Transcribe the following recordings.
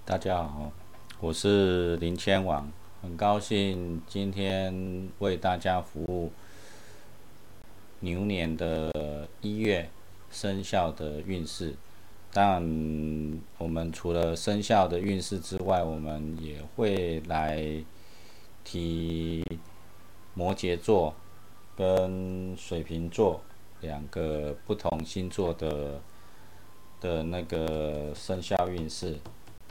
大家好，我是林千王，很高兴今天为大家服务牛年的1月生肖的运势。当然，我们除了生肖的运势之外，我们也会来提摩羯座跟水瓶座两个不同星座的那个生肖运势。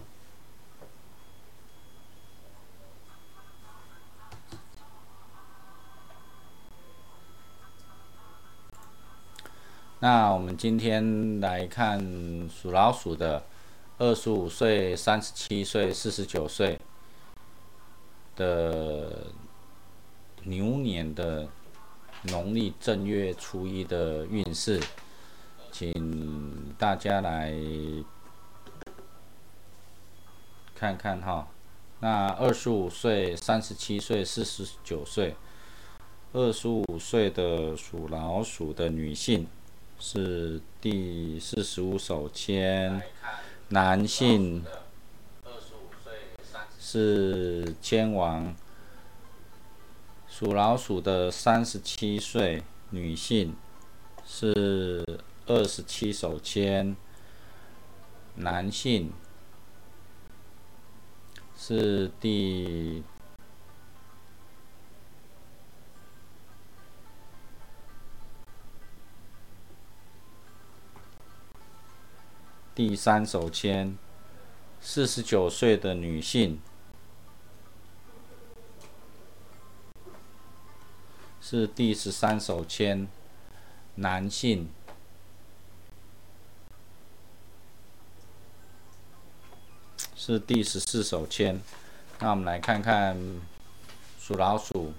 那我们今天来看属老鼠的25岁、37岁、49岁的牛年的农历正月初一的运势，请大家来看看哈。那25岁、37岁、49岁，25岁的属老鼠的女性是第45手签，男性是签王。属老鼠的37岁女性是27手签，男性是第3手签，49岁的女性是第13手签，男性是第14手签。那我们来看看属老鼠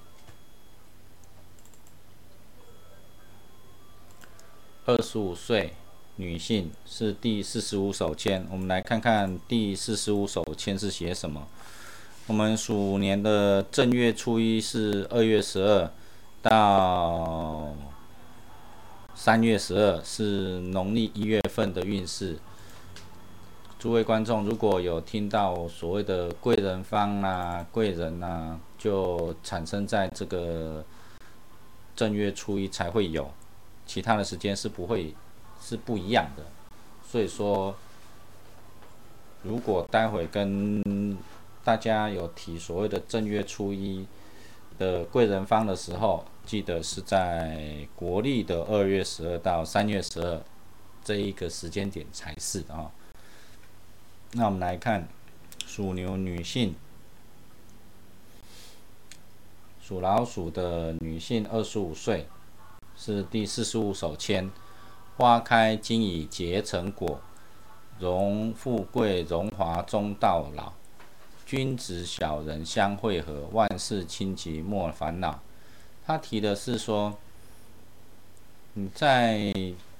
25岁女性是第45手签。我们来看看第45手签是写什么。我们鼠年的正月初一是2月12到3月12，是农历1月份的运势。诸位观众，如果有听到所谓的贵人方啊、贵人啊，就产生在这个正月初一才会有，其他的时间是不一样的。所以说，如果待会跟大家有提所谓的正月初一的贵人方的时候，记得是在国历的2月12到3月12这一个时间点才是啊。那我们来看属牛女性，属老鼠的女性25岁，是第45手签，花开经已结成果，荣富贵荣华终到老，君子小人相会合，万事轻吉莫烦恼。他提的是说，你在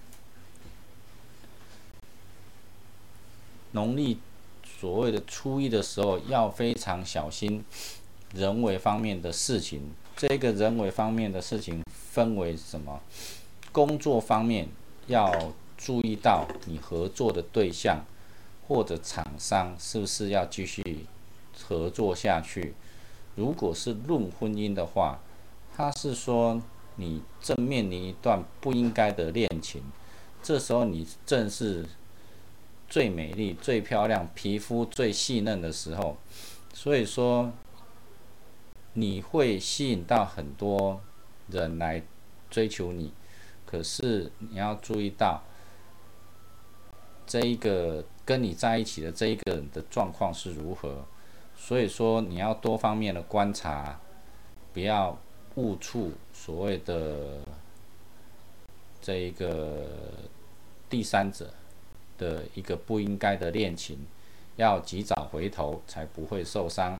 农历所谓的初一的时候，要非常小心人为方面的事情。这个人为方面的事情分为什么？工作方面要注意到你合作的对象或者厂商是不是要继续合作下去。如果是论婚姻的话，他是说你正面临一段不应该的恋情，这时候你正是最美丽、最漂亮、皮肤最细嫩的时候，所以说你会吸引到很多人来追求你。可是你要注意到，这一个跟你在一起的这一个人的状况是如何，所以说你要多方面的观察，不要误触所谓的这一个第三者的一个不应该的恋情，要及早回头才不会受伤。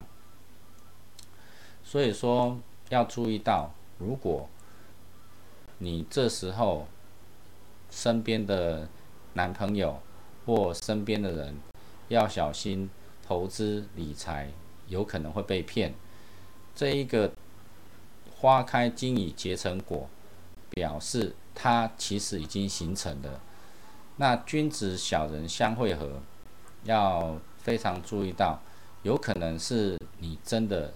所以说要注意到，如果你这时候身边的男朋友或身边的人要小心投资理财，有可能会被骗。这一个花开经已结成果，表示它其实已经形成了。那君子小人相会合，要非常注意到，有可能是你真的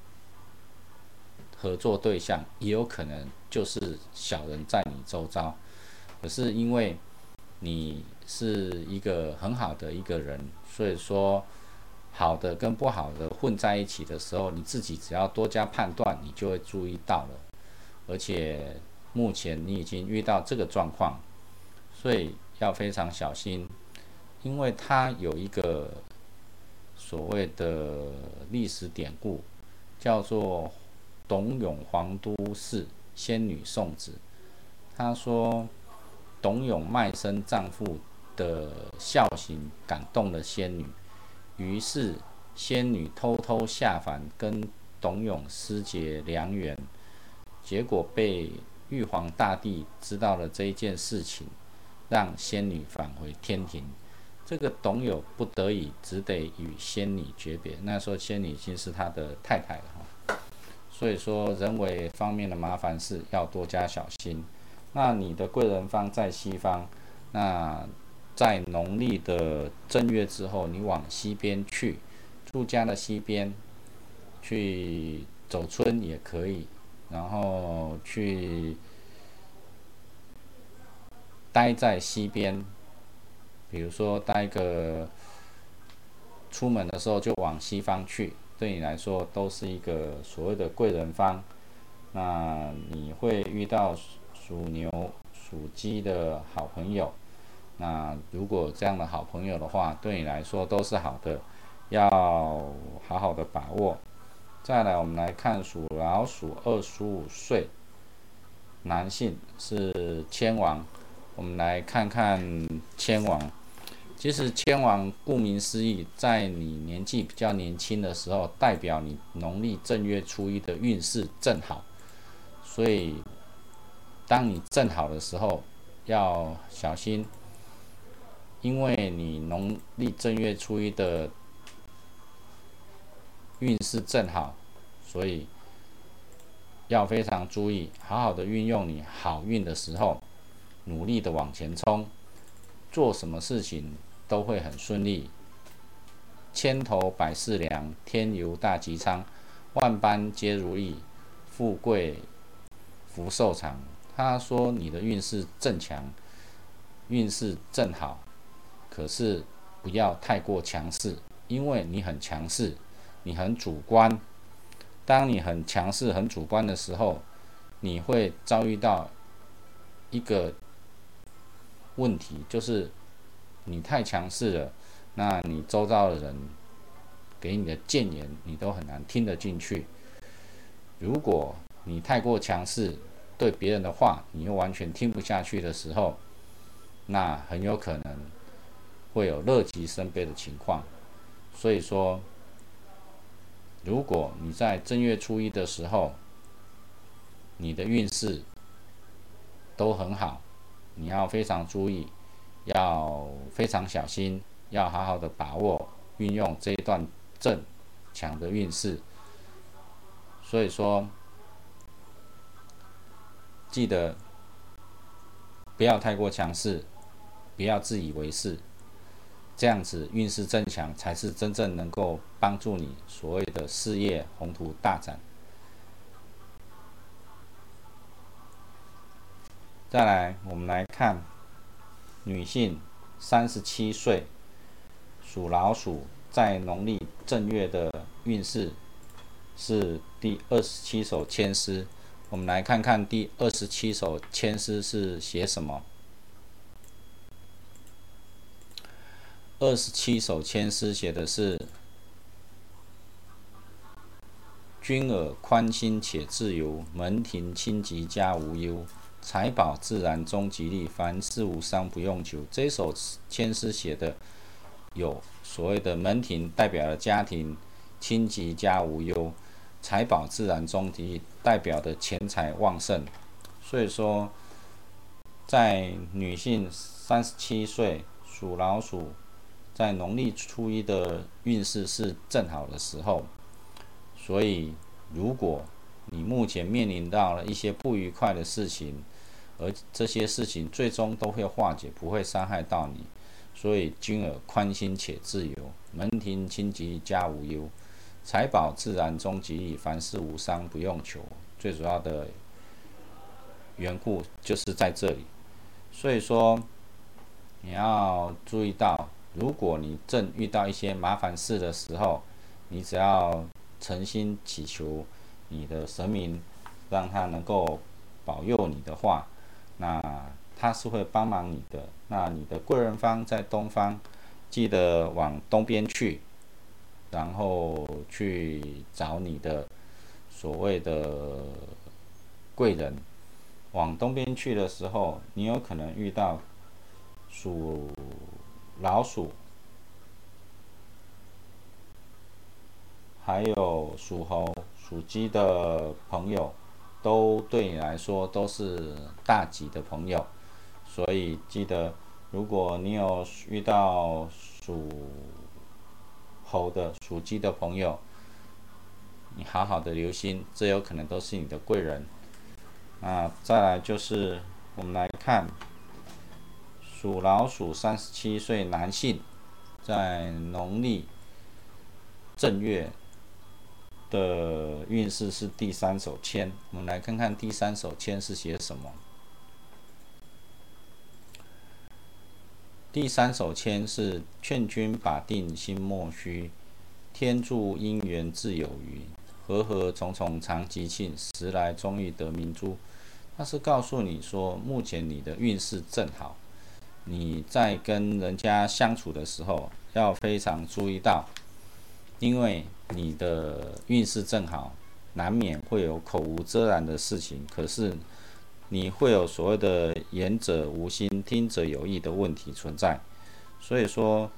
合作对象，也有可能就是小人在你周遭。可是因为你是一个很好的一个人，所以说好的跟不好的混在一起的时候，你自己只要多加判断，你就会注意到了。而且目前你已经遇到这个状况，所以要非常小心，因为它有一个所谓的历史典故，叫做董永皇都寺仙女送子。他说，董永卖身丈夫的孝行感动了仙女，于是仙女偷偷下凡跟董永私结良缘，结果被玉皇大帝知道了这一件事情，让仙女返回天庭。这个董永不得已只得与仙女诀别，那时候仙女已经是他的太太了。所以说人为方面的麻烦事要多加小心。那你的贵人方在西方，那在农历的正月之后，你往西边去，住家的西边去走村也可以，然后去待在西边，比如说待个出门的时候就往西方去，对你来说都是一个所谓的贵人方。那你会遇到属牛、属鸡的好朋友。那如果这样的好朋友的话，对你来说都是好的，要好好的把握。再来，我们来看属老鼠25岁男性是千王。我们来看看千王。其实千王顾名思义，在你年纪比较年轻的时候，代表你农历正月初一的运势正好。所以，当你正好的时候，要小心，因为你农历正月初一的运势正好，所以要非常注意，好好的运用你好运的时候，努力的往前冲，做什么事情都会很顺利。千头百事良，天游大吉昌，万般皆如意，富贵福寿长。他说你的运势正强，运势正好，可是不要太过强势，因为你很强势，你很主观。当你很强势、很主观的时候，你会遭遇到一个问题，就是你太强势了，那你周遭的人给你的谏言，你都很难听得进去。如果你太过强势，对别人的话你又完全听不下去的时候，那很有可能会有乐极生悲的情况。所以说，如果你在正月初一的时候，你的运势都很好，你要非常注意，要非常小心，要好好的把握运用这一段正强的运势。所以说，记得不要太过强势，不要自以为是，这样子运势正强才是真正能够帮助你所谓的事业宏图大展。再来，我们来看女性37岁属老鼠，在农历正月的运势是第27首签诗。我们来看看第27首签诗是写什么。27首签诗写的是：君尔宽心且自由，门庭清吉家无忧，财宝自然终吉利，凡事无伤不用求。这首签诗写的有所谓的门庭代表了家庭，清吉家无忧，财宝自然终吉利代表的钱财旺盛。所以说，在女性37岁属老鼠，在农历初一的运势是正好的时候。所以，如果你目前面临到了一些不愉快的事情，而这些事情最终都会化解，不会伤害到你。 所以君尔宽心且自由，门庭清吉家无忧，财宝自然终吉利，凡事无伤不用求。最主要的缘故就是在这里。所以说你要注意到，如果你正遇到一些麻烦事的时候，你只要诚心祈求你的神明，让他能够保佑你的话，那他是会帮忙你的。那你的贵人方在东方，记得往东边去，然后去找你的所谓的贵人。往东边去的时候，你有可能遇到属老鼠，还有属猴、属鸡的朋友，都对你来说都是大吉的朋友。所以记得，如果你有遇到属猴的、属鸡的朋友，你好好的留心，这有可能都是你的贵人。再来就是我们来看属老鼠37岁男性，在农历正月的运势是第三手签。我们来看看第三手签是写什么。第三手签是劝君把定心莫虚，天助姻缘自有余，和和重重常吉庆，时来终欲得明珠。它是告诉你说，目前你的运势正好，你在跟人家相处的时候要非常注意到，因为你的运势正好，难免会有口无遮拦的事情，可是你会有所谓的言者无心，听者有意的问题存在。所以说，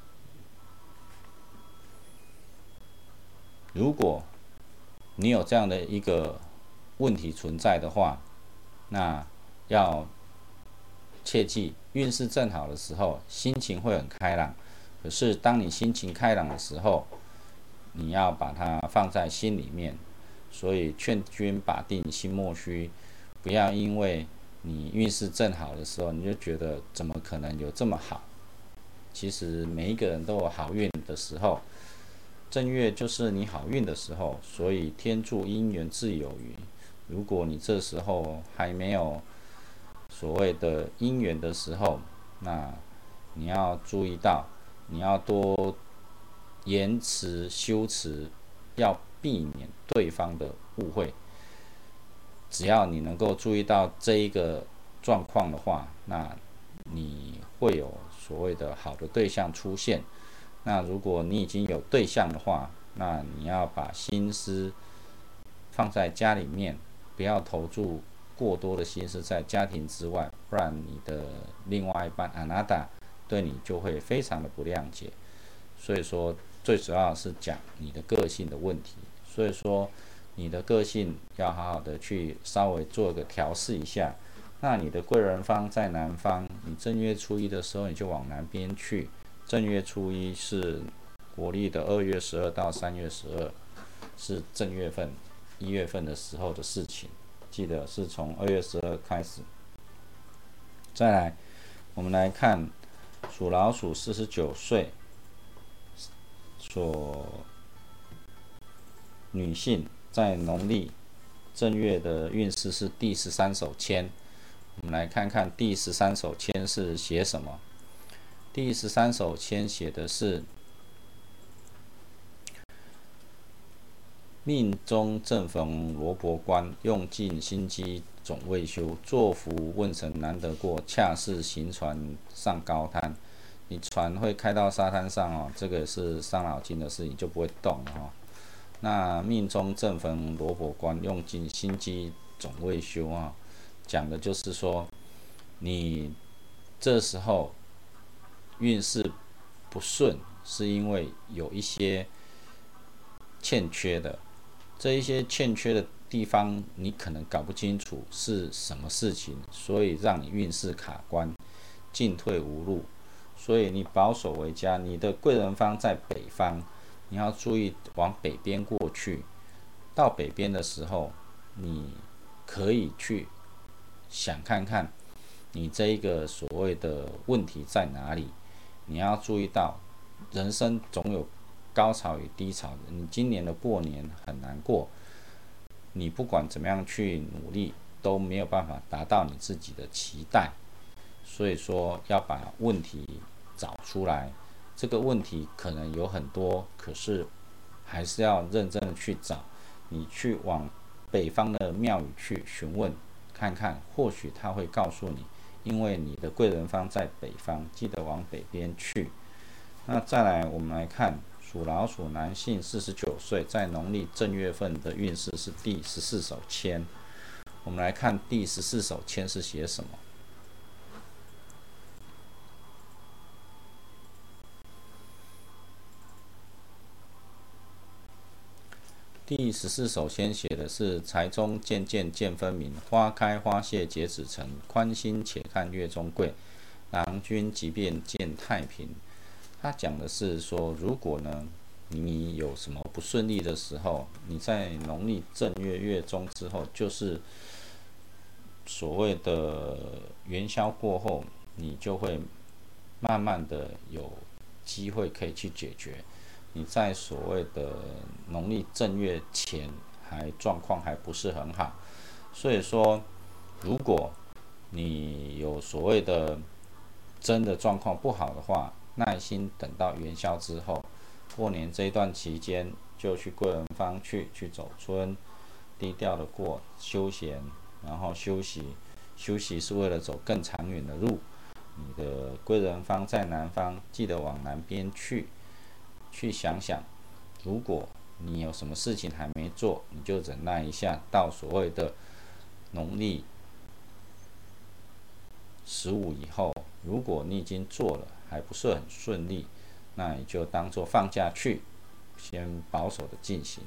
如果你有这样的一个问题存在的话，那要切记，运势正好的时候，心情会很开朗。可是当你心情开朗的时候，你要把它放在心里面。所以劝君把定心莫虚，不要因为你运势正好的时候，你就觉得怎么可能有这么好？其实每一个人都有好运的时候，正月就是你好运的时候，所以天助姻缘自有余。如果你这时候还没有所谓的姻缘的时候，那你要注意到，你要多言辞修辞，要避免对方的误会。只要你能够注意到这一个状况的话，那你会有所谓的好的对象出现。那如果你已经有对象的话，那你要把心思放在家里面，不要投注过多的心思在家庭之外，不然你的另外一半阿娜达对你就会非常的不谅解。所以说，最主要是讲你的个性的问题。所以说，你的个性要好好的去稍微做个调试一下。那你的贵人方在南方，你正月初一的时候你就往南边去。正月初一是国历的2月12到3月12，是正月份1月份的时候的事情。记得是从2月12开始。再来，我们来看属老鼠49岁所女性在农历正月的运势是第13手签。我们来看看第13手签是写什么。第13手签写的是命中正逢罗伯关，用尽心机总未休。坐福问神难得过，恰是行船上高滩。你船会开到沙滩上哦，这个是伤脑筋的事情，就不会动了哦。那命中正逢罗伯关，用尽心机总未休啊，讲的就是说，你这时候运势不顺，是因为有一些欠缺的。这一些欠缺的地方，你可能搞不清楚是什么事情，所以让你运势卡关，进退无路。所以你保守为佳。你的贵人方在北方，你要注意往北边过去。到北边的时候，你可以去想看看，你这一个所谓的问题在哪里。 你要注意到，人生总有高潮与低潮的。你今年的过年很难过，你不管怎么样去努力，都没有办法达到你自己的期待。所以说，要把问题找出来。这个问题可能有很多，可是还是要认真的去找。你去往北方的庙宇去询问看看，或许他会告诉你，因为你的贵人方在北方，记得往北边去。那再来，我们来看属老鼠男性49岁，在农历正月份的运势是第14手签。我们来看第14手签是写什么。第14首先写的是财中渐渐见分明，花开花谢结子成，宽心且看月中贵，郎君即便见太平。他讲的是说，如果呢你有什么不顺利的时候，你在农历正月月中之后，就是所谓的元宵过后，你就会慢慢的有机会可以去解决。你在所谓的农历正月前状况还不是很好，所以说，如果你有所谓的真的状况不好的话，耐心等到元宵之后，过年这一段期间就去贵人方去走春，低调的过休闲，然后休息是为了走更长远的路。你的贵人方在南方，记得往南边去想想，如果你有什么事情还没做，你就忍耐一下，到所谓的农历15以后，如果你已经做了还不是很顺利，那你就当做放假去，先保守的进行。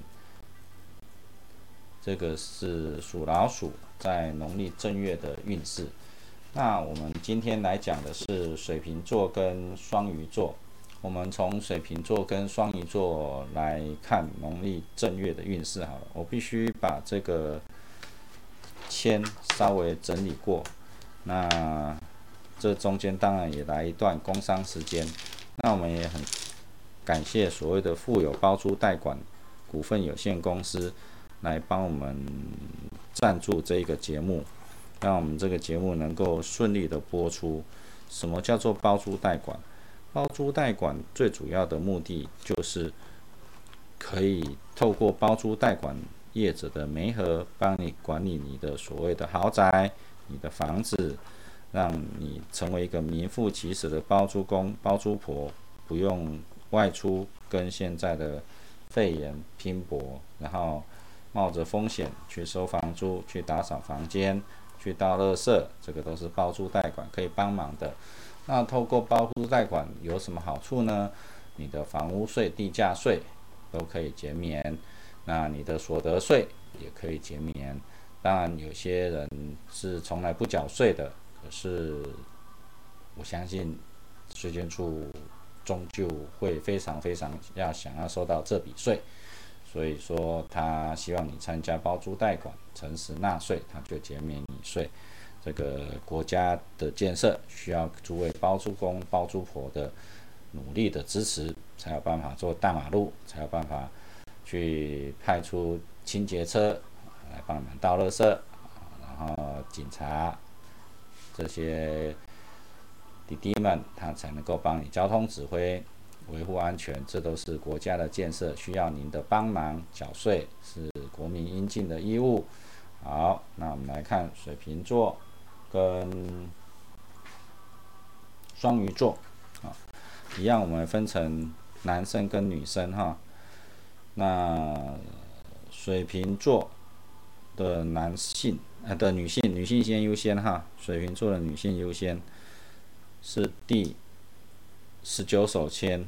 这个是属老鼠在农历正月的运势。那我们今天来讲的是水瓶座跟双鱼座。我们从水瓶座跟双鱼座来看农历正月的运势好了。我必须把这个签稍微整理过。那这中间当然也来一段工商时间。那我们也很感谢所谓的富有包租代管股份有限公司来帮我们赞助这一个节目，让我们这个节目能够顺利的播出。什么叫做包租代管？包租代管最主要的目的就是可以透过包租代管业者的媒合，帮你管理你的所谓的豪宅、你的房子，让你成为一个名副其实的包租公、包租婆，不用外出跟现在的肺炎拼搏，然后冒着风险去收房租、去打扫房间、去倒垃圾，这个都是包租代管可以帮忙的。那透过包租代管有什么好处呢？你的房屋税、地价税都可以减免，那你的所得税也可以减免。当然，有些人是从来不缴税的，可是我相信税监处终究会非常想要收到这笔税，所以说他希望你参加包租代管，诚实纳税，他就减免你税。这个国家的建设需要诸位包租公、包租婆的努力的支持，才有办法做大马路，才有办法去派出清洁车来帮你们倒垃圾，然后警察这些弟弟们，他才能够帮你交通指挥、维护安全，这都是国家的建设需要您的帮忙。缴税是国民应尽的义务。好，那我们来看水瓶座跟双鱼座，一样我们分成男生跟女生哈。那水瓶座的女性先优先哈，水瓶座的女性优先是第19手签，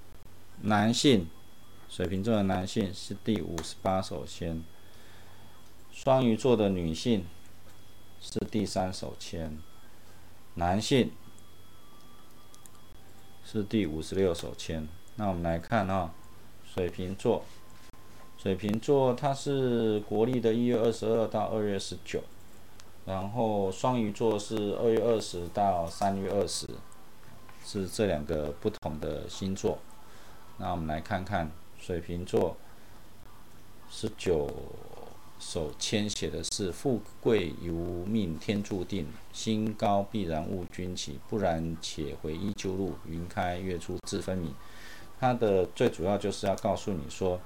水瓶座的男性是第58手签，双鱼座的女性是第3手签，男性是第56手签。那我们来看水瓶座它是国历的1月22到2月19，然后双鱼座是2月20到3月20， 是这两个不同的星座。那我们来看看水瓶座19手签写的是富贵由命天注定，心高必然误君起，不然且回忆旧路，云开月出自分明。它的最主要就是要告诉你说，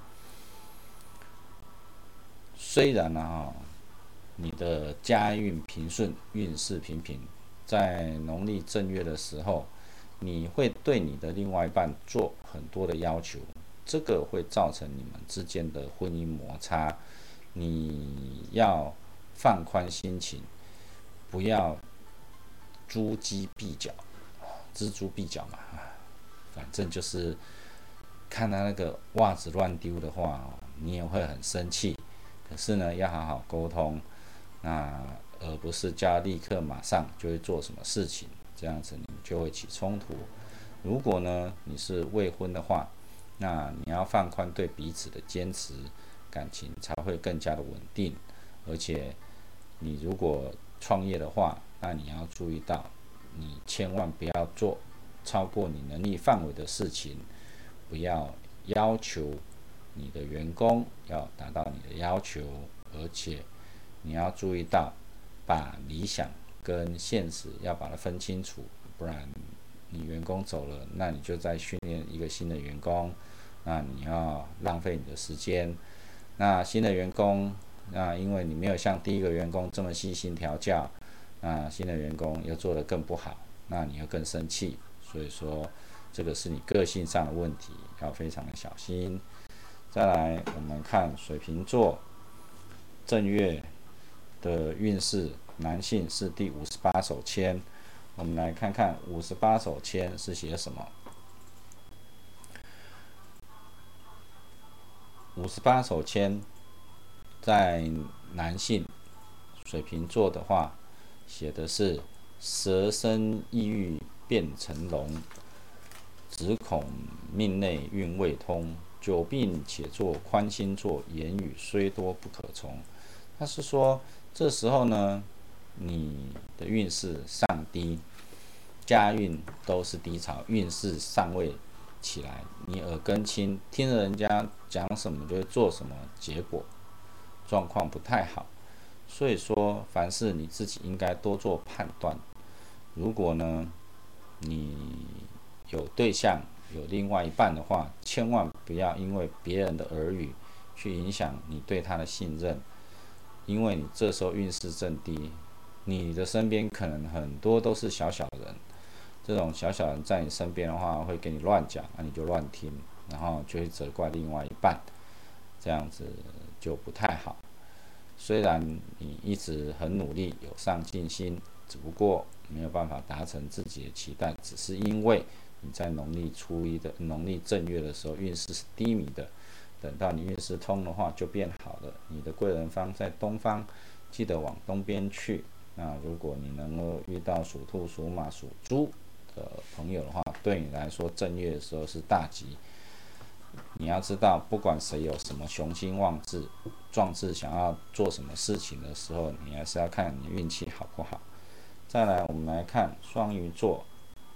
虽然你的家运平顺，运势平平，在农历正月的时候，你会对你的另外一半做很多的要求，这个会造成你们之间的婚姻摩擦。你要放宽心情，不要锱铢必较，锱铢必较嘛，反正就是看他那个袜子乱丢的话，你也会很生气。可是呢，要好好沟通，那而不是叫立刻马上就会做什么事情，这样子你们就会起冲突。如果呢你是未婚的话，那你要放宽对彼此的坚持，感情才会更加的稳定。而且你如果创业的话，那你要注意到，你千万不要做超过你能力范围的事情，不要要求你的员工要达到你的要求，而且你要注意到，把理想跟现实要把它分清楚，不然你员工走了，那你就再训练一个新的员工，那你要浪费你的时间。那新的员工，那因为你没有像第一个员工这么细心调教，那新的员工又做得更不好，那你又更生气。所以说，这个是你个性上的问题，要非常的小心。再来，我们看水瓶座正月的运势，男性是第58手签。我们来看看58手签是写什么。58手签在男性水瓶座的话，写的是蛇生意欲变成龙，只恐命内运未通，久病且作宽心坐，言语虽多不可从。他是说，这时候呢，你的运势上低，家运都是低潮，运势尚未起来，你耳根清，听着人家讲什么就会做什么，结果状况不太好。所以说，凡事你自己应该多做判断。如果呢，你有对象，有另外一半的话，千万不要因为别人的耳语去影响你对他的信任，因为你这时候运势正低，你的身边可能很多都是小小人，这种小小人在你身边的话，会给你乱讲，那你就乱听，然后就会责怪另外一半，这样子就不太好。虽然你一直很努力，有上进心，只不过没有办法达成自己的期待，只是因为你在农历初一的农历正月的时候运势是低迷的，等到你运势通的话就变好了。你的贵人方在东方，记得往东边去。那如果你能够遇到属兔、属马、属猪的朋友的话，对你来说正月的时候是大吉。你要知道，不管谁有什么雄心壮志想要做什么事情的时候，你还是要看你运气好不好。再来，我们来看双鱼座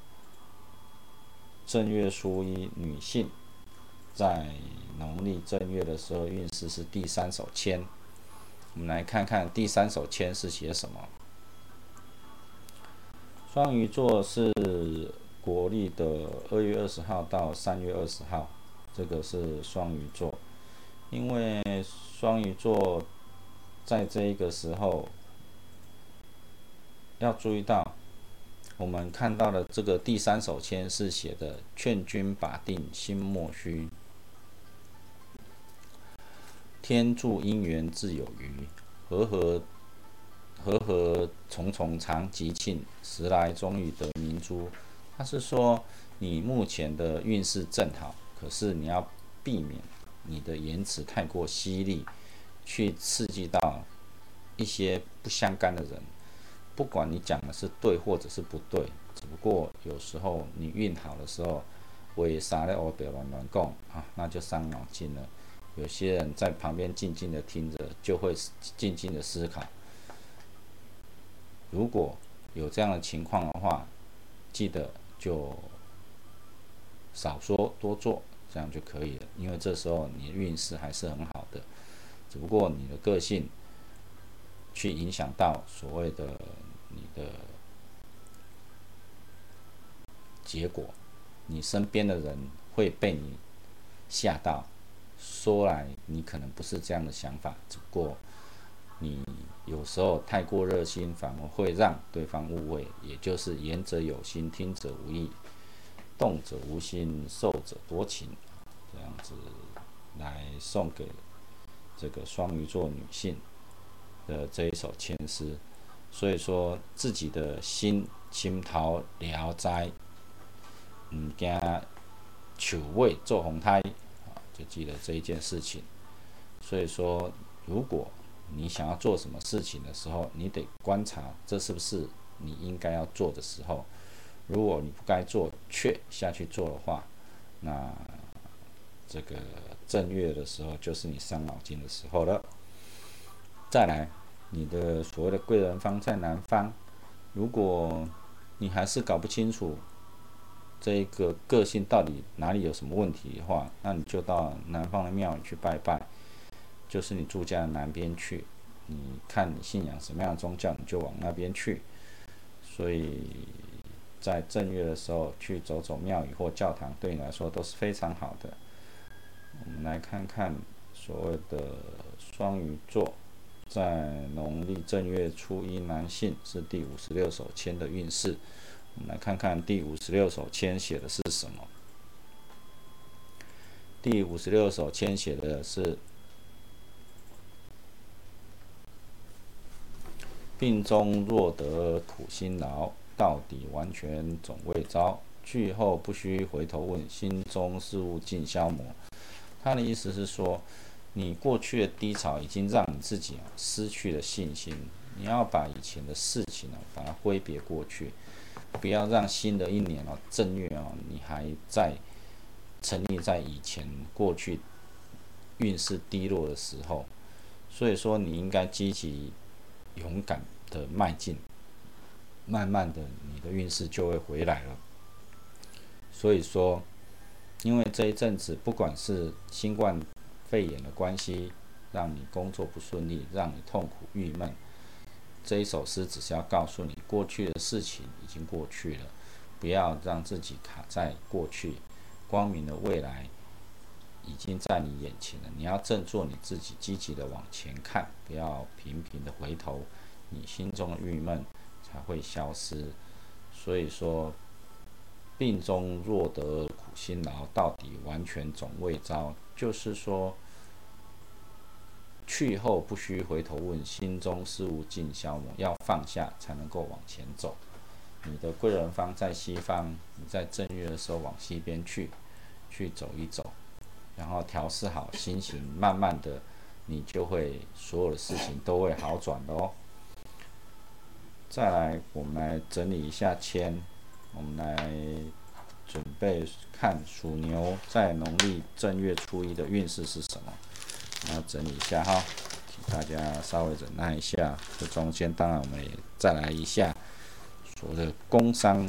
正月初一，女性在农历正月的时候运势是第3手签。我们来看看第3手签是写什么。双鱼座是国历的2月20号到3月20号，这个是双鱼座。因为双鱼座在这一个时候要注意到，我们看到的这个第3手签是写的劝君把定心莫虚，天助姻缘自有余，和合重重常吉庆，时来终于得明珠。他是说你目前的运势正好，可是你要避免你的言辞太过犀利，去刺激到一些不相干的人。不管你讲的是对或者是不对，只不过有时候你运好的时候，为啥咧黑白乱讲啊，那就伤脑筋了。有些人在旁边静静的听着，就会静静的思考。如果有这样的情况的话，记得就少说多做，这样就可以了。因为这时候你的运势还是很好的，只不过你的个性去影响到所谓的你的结果，你身边的人会被你吓到。说来你可能不是这样的想法，只不过你有时候太过热心，反而会让对方误会，也就是言者有心，听者无意，动者无心，受者多情，这样子来送给这个双鱼座女性的这一首签诗。所以说自己的心深头聊斋，唔惊树尾做红胎，就记得这一件事情。所以说，如果你想要做什么事情的时候，你得观察这是不是你应该要做的时候。如果你不该做却下去做的话，那这个正月的时候就是你伤脑筋的时候了。再来，你的所谓的贵人方在南方，如果你还是搞不清楚这个个性到底哪里有什么问题的话，那你就到南方的庙宇去拜拜，就是你住家的南边去，你看你信仰什么样的宗教，你就往那边去。所以在正月的时候去走走庙宇或教堂，对你来说都是非常好的。我们来看看所谓的双鱼座，在农历正月初一，男性是第56手签的运势。我们来看看第56手签写的是什么。第56手签写的是：病中若得苦辛劳，到底完全总未招。去后不须回头问，心中事物尽消磨。他的意思是说，你过去的低潮已经让你自己失去了信心，你要把以前的事情把它挥别过去，不要让新的一年正月你还在沉溺在以前过去运势低落的时候。所以说，你应该积极勇敢的迈进，慢慢的你的运势就会回来了。所以说，因为这一阵子不管是新冠肺炎的关系，让你工作不顺利，让你痛苦郁闷，这一首诗只是要告诉你，过去的事情已经过去了，不要让自己卡在过去，光明的未来已经在你眼前了。你要振作你自己，积极的往前看，不要频频的回头，你心中的郁闷才会消失。所以说，病中若得苦辛劳，到底完全总未招。就是说，去后不须回头问，心中事物尽消磨。要放下才能够往前走。你的贵人方在西方，你在正月的时候往西边去走一走，然后调试好心情，慢慢的你就会所有的事情都会好转的哦。再来，我们来整理一下签，我们来准备看属牛在农历正月初一的运势是什么。要整理一下哈，请大家稍微忍耐一下。这中间当然我们也再来一下所谓的工商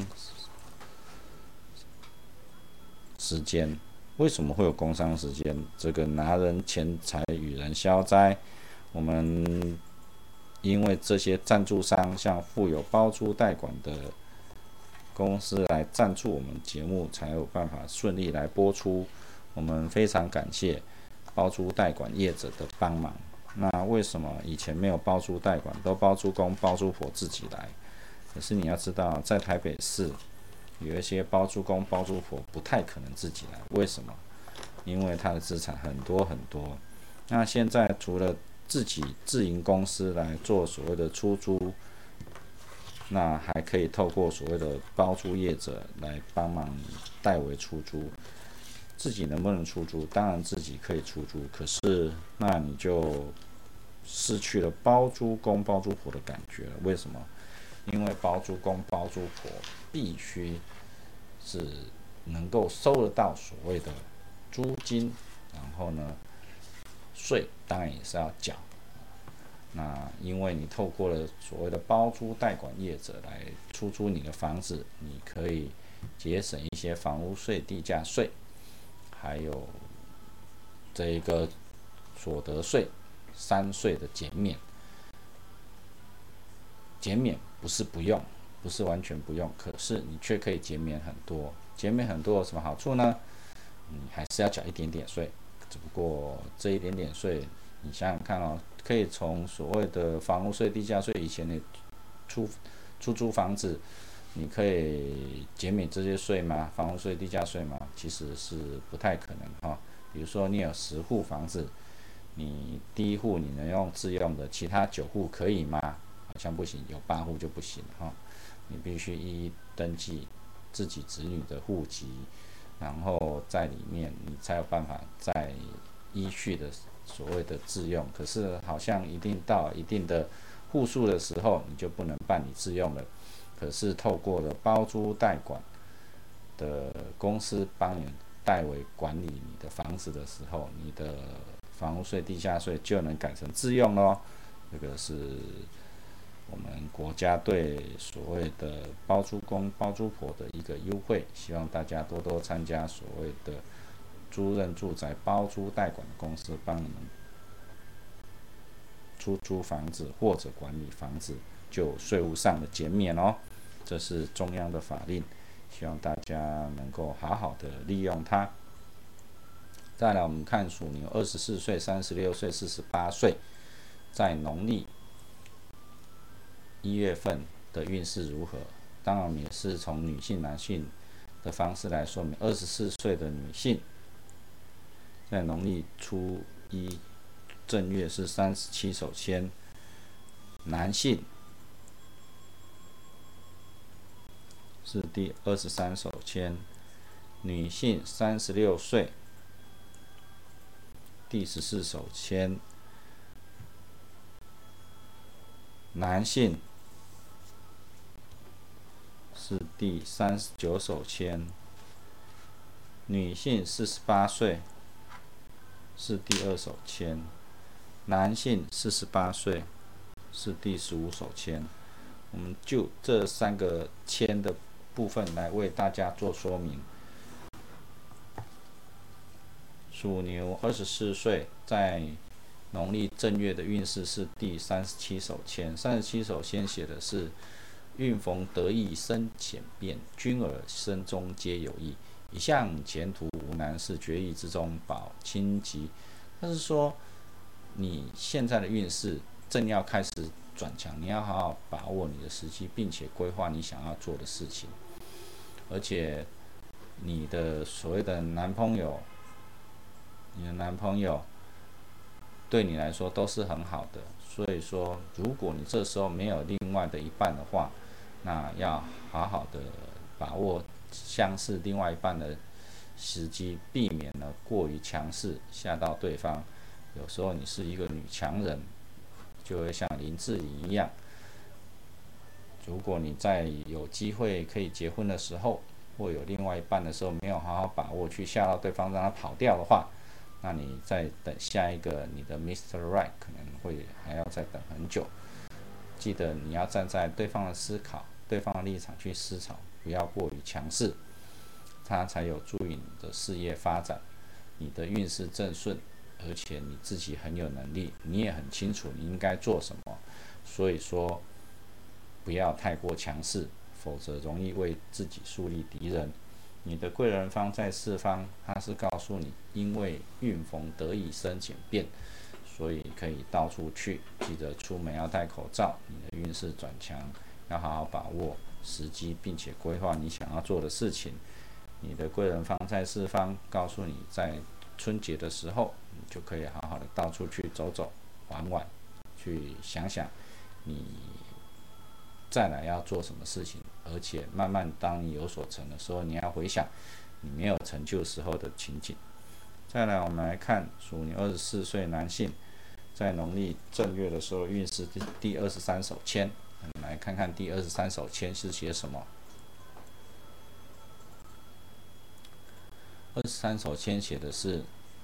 时间。为什么会有工商时间？这个拿人钱财与人消灾，我们因为这些赞助商，像富有包租代管的公司来赞助我们节目，才有办法顺利来播出。我们非常感谢包租代管业者的帮忙。那为什么以前没有包租代管，都包租公包租婆自己来？可是你要知道，在台北市有一些包租公包租婆不太可能自己来。为什么？因为他的资产很多很多。那现在除了自己自营公司来做所谓的出租，那还可以透过所谓的包租业者来帮忙代为出租。自己能不能出租？当然自己可以出租，可是那你就失去了包租公包租婆的感觉了。为什么？因为包租公包租婆必须是能够收得到所谓的租金，然后呢，税当然也是要缴。那因为你透过了所谓的包租代管业者来出租你的房子，你可以节省一些房屋税、地价税，还有这一个所得税3税的减免。减免不是不用，不是完全不用，可是你却可以减免很多。减免很多有什么好处呢？你还是要缴一点点税，只不过这一点点税，你想想看哦，可以从所谓的房屋税、地价税，以前的出租房子，你可以减免这些税吗？房屋税、地价税吗？其实是不太可能哈。比如说你有10户房子，你第一户你能用自用的，其他9户可以吗？好像不行，有8户就不行哈。你必须一一登记自己子女的户籍，然后在里面你才有办法再依序的所谓的自用。可是好像一定到一定的户数的时候，你就不能办理自用了。可是透过了包租代管的公司帮你代为管理你的房子的时候，你的房屋税、地价税就能改成自用咯。这个是我们国家对所谓的包租公、包租婆的一个优惠，希望大家多多参加所谓的租赁住宅包租代管公司，帮你们出租房子或者管理房子，就有税务上的减免哦。这是中央的法令，希望大家能够好好的利用它。再来，我们看属牛24岁、36岁、48岁，在农历1月份的运势如何？当然，也是从女性、男性的方式来说明。24岁的女性，在农历初一正月是37手签，男性是第23手签，女性36岁，第14手签，男性是第39手签，女性48岁是第2手签，男性48岁是第15手签。我们就这3个签的部分来为大家做说明。属牛24岁，在农历正月的运势是第37手签。37手签写的是运逢得意生简便，君尔身中皆有益，一向前途无难事，决意之中保清吉。但是说你现在的运势正要开始转强，你要好好把握你的时机，并且规划你想要做的事情。而且你的所谓的男朋友，你的男朋友对你来说都是很好的，所以说如果你这时候没有另外的一半的话，那要好好的把握相似另外一半的时机，避免了过于强势吓到对方。有时候你是一个女强人，就会像林志颖一样，如果你在有机会可以结婚的时候，或有另外一半的时候没有好好把握去吓到对方让他跑掉的话，那你再等下一个你的 Mr. Right 可能会还要再等很久。记得你要站在对方的思考、对方的立场去思考，不要过于强势，它才有助于你的事业发展，你的运势正顺，而且你自己很有能力，你也很清楚你应该做什么。所以说，不要太过强势，否则容易为自己树立敌人。你的贵人方在四方，他是告诉你，因为运逢得意生简便，所以可以到处去。记得出门要戴口罩，你的运势转强，要好好把握时机，并且规划你想要做的事情。你的贵人方在四方，告诉你在春节的时候，你就可以好好的到处去走走、玩玩，去想想你再来要做什么事情，而且慢慢当你有所成的时候，你要回想你没有成就时候的情景。再来，我们来看属牛24岁男性，在农历正月的时候运势第23手签。我们来看看第23手签是写什么。23手签写的是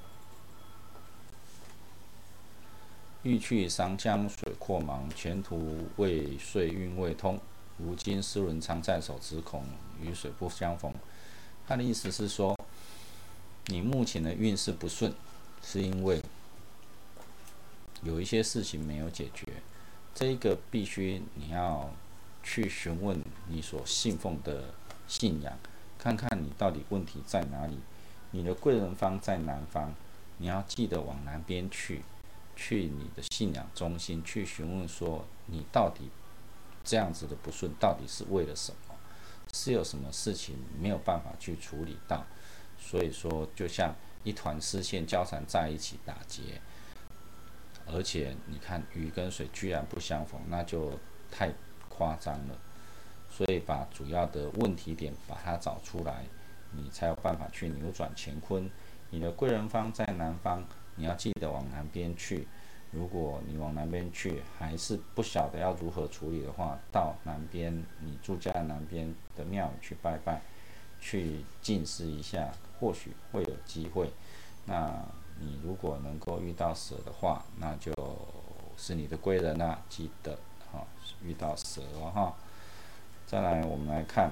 欲去长江水阔茫，前途未遂运未通，如今丝纶常在手，只恐雨水不相逢。他的意思是说，你目前的运势不顺，是因为有一些事情没有解决，这一个必须你要去询问你所信奉的信仰，看看你到底问题在哪里。你的贵人方在南方，你要记得往南边去你的信仰中心去询问说，你到底这样子的不顺到底是为了什么？是有什么事情没有办法去处理到？所以说，就像一团丝线交缠在一起打结，而且你看雨跟水居然不相逢，那就太夸张了。所以把主要的问题点把它找出来，你才有办法去扭转乾坤。你的贵人方在南方，你要记得往南边去。如果你往南边去还是不晓得要如何处理的话，到南边你住家南边的庙宇去拜拜，去进思一下，或许会有机会。那你如果能够遇到蛇的话，那就是你的贵人啦，记得遇到蛇哈。再来，我们来看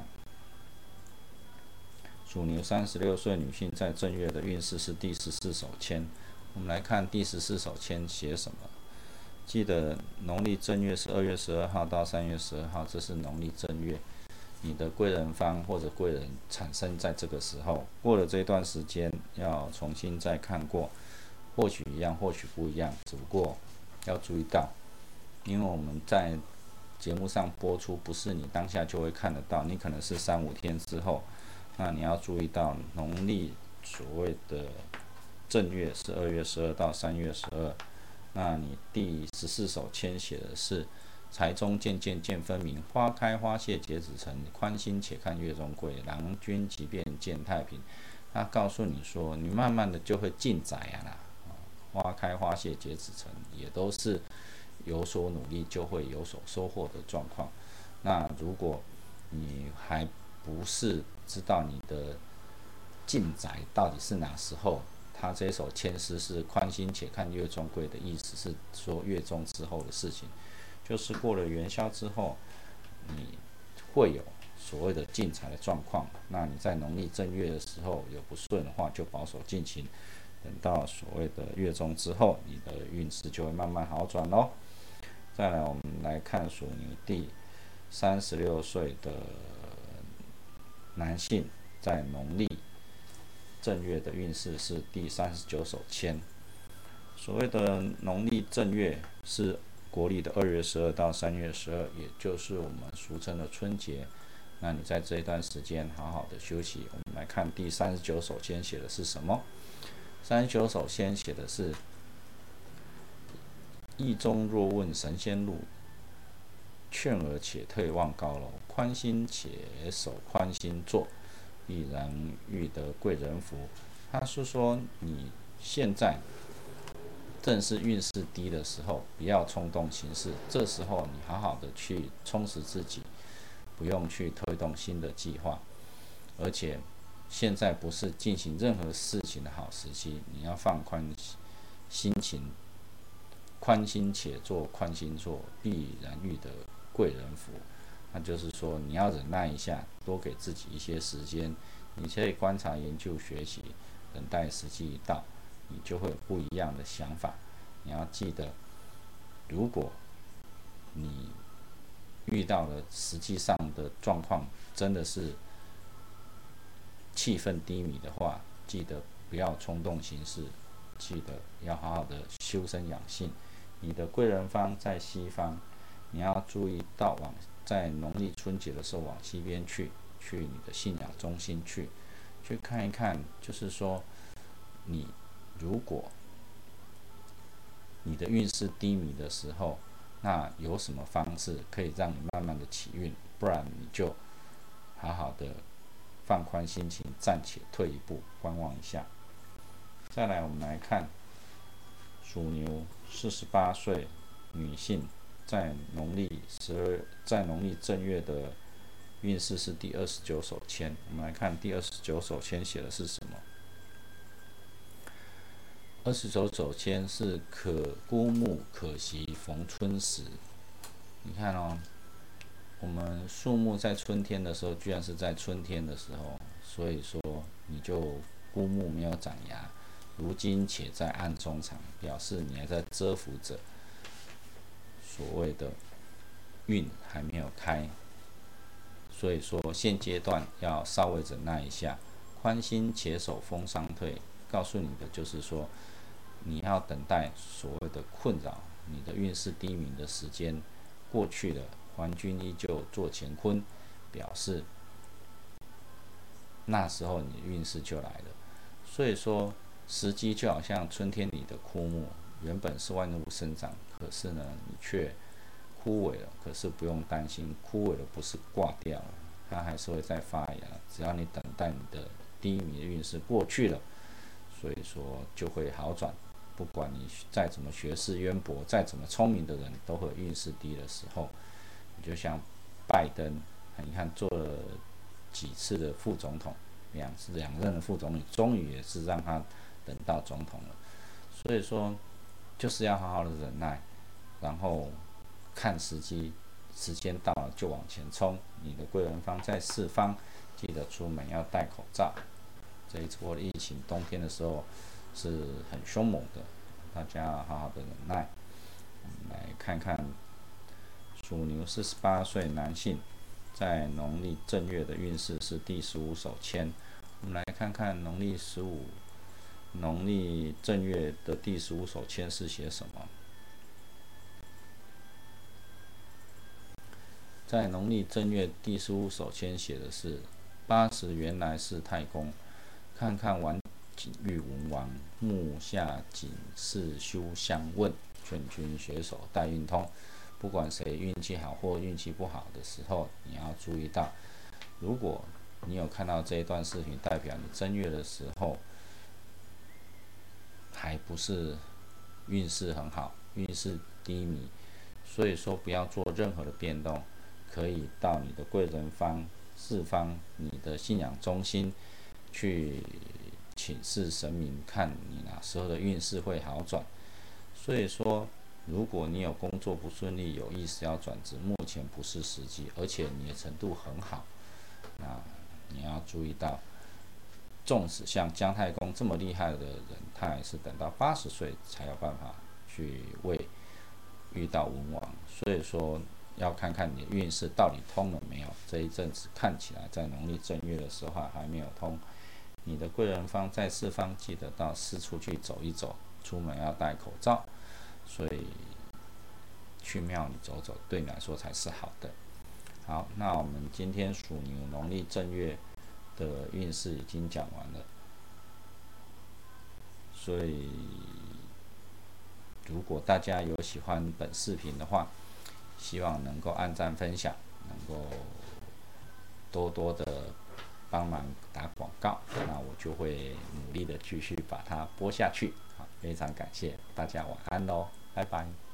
属牛36岁女性在正月的运势是第14手签。我们来看第14手签写什么。记得农历正月是2月12号到3月12号，这是农历正月。你的贵人方或者贵人产生在这个时候，过了这段时间要重新再看过，或许一样，或许不一样，只不过要注意到，因为我们在节目上播出，不是你当下就会看得到，你可能是3、5天之后。那你要注意到，农历所谓的正月是2月12到3月12。那你第14手签写的是财中见分明，花开花谢结子成，宽心且看月中贵，郎君即便见太平。他告诉你说，你慢慢的就会进宅啦，花开花谢结子成，也都是有所努力就会有所收获的状况。那如果你还不是知道你的进宅到底是哪时候，他这首签诗是宽心且看月中贵的意思是说月中之后的事情，就是过了元宵之后，你会有所谓的进财的状况。那你在农历正月的时候有不顺的话，就保守进行，等到所谓的月中之后，你的运势就会慢慢好转咯。再来，我们来看属牛第36岁的男性在农历正月的运势是第39手签。所谓的农历正月是国历的2月12到3月12，也就是我们俗称的春节。那你在这一段时间好好的休息。我们来看第39手签写的是什么。39手签写的是意中若问神仙路，劝而且退望高楼，宽心且守宽心坐，必然遇得贵人福。他是说你现在正是运势低的时候，不要冲动行事。这时候你好好的去充实自己，不用去推动新的计划。而且现在不是进行任何事情的好时机，你要放宽心情，宽心且做，宽心做，必然遇得贵人福。那就是说你要忍耐一下，多给自己一些时间，你可以观察研究学习，等待时机一到，你就会有不一样的想法。你要记得，如果你遇到了实际上的状况真的是气氛低迷的话，记得不要冲动行事，记得要好好的修身养性。你的贵人方在西方，你要注意到在农历春节的时候往西边去你的信仰中心去看一看，就是说如果你的运势低迷的时候，那有什么方式可以让你慢慢的起运？不然你就好好的放宽心情，暂且退一步，观望一下。再来，我们来看属牛48岁女性在农历正月的运势是第29手签。我们来看第29手签写的是什么。29手签是可孤木可惜逢春时。你看哦， 我们树木在春天的时候，居然是在春天的时候，所以说你就孤木没有长芽，如今且在暗中藏，表示你还在蛰伏着所谓的运还没有开，所以说现阶段要稍微忍耐一下，宽心且守风伤退。告诉你的就是说，你要等待所谓的困扰，你的运势低迷的时间过去了，还君依旧做乾坤，表示那时候你的运势就来了。所以说，时机就好像春天里的枯木，原本是万物生长，可是呢，你却枯萎了。可是不用担心，枯萎了不是挂掉了，它还是会再发芽。只要你等待你的低迷的运势过去了，所以说就会好转。不管你再怎么学识渊博，再怎么聪明的人，都会有运势低的时候。你就像拜登，你看做了几次的副总统，两任的副总理，终于也是让他等到总统了。所以说，就是要好好的忍耐，然后看时机，时间到了就往前冲。你的贵人方在四方，记得出门要戴口罩。这一波的疫情，冬天的时候是很凶猛的，大家要好好的忍耐。我们来看看属牛48岁男性在农历正月的运势是第15手签。我们来看看农历正月的第15手签是写什么。在农历正月第15手签写的是80原来是太公，看看晚景遇文王，目下警示休相问，劝君携手带运通。不管谁运气好或运气不好的时候，你要注意到，如果你有看到这一段视频，代表你正月的时候还不是运势很好，运势低迷，所以说不要做任何的变动，可以到你的贵人方、四方、你的信仰中心去请示神明，看你哪时候的运势会好转。所以说，如果你有工作不顺利，有意思要转职，目前不是时机，而且你的程度很好，那你要注意到，纵使像姜太公这么厉害的人，他也是等到80岁才有办法去遇到文王。所以说，要看看你的运势到底通了没有。这一阵子看起来在农历正月的时候还没有通。你的贵人方在四方，记得到四处去走一走，出门要戴口罩。所以去庙里走走，对你来说才是好的。好，那我们今天属牛农历正月的运势已经讲完了。所以，如果大家有喜欢本视频的话，希望能够按赞分享，能够多多的帮忙打广告，那我就会努力的继续把它播下去。好，非常感谢大家，晚安喽，拜拜。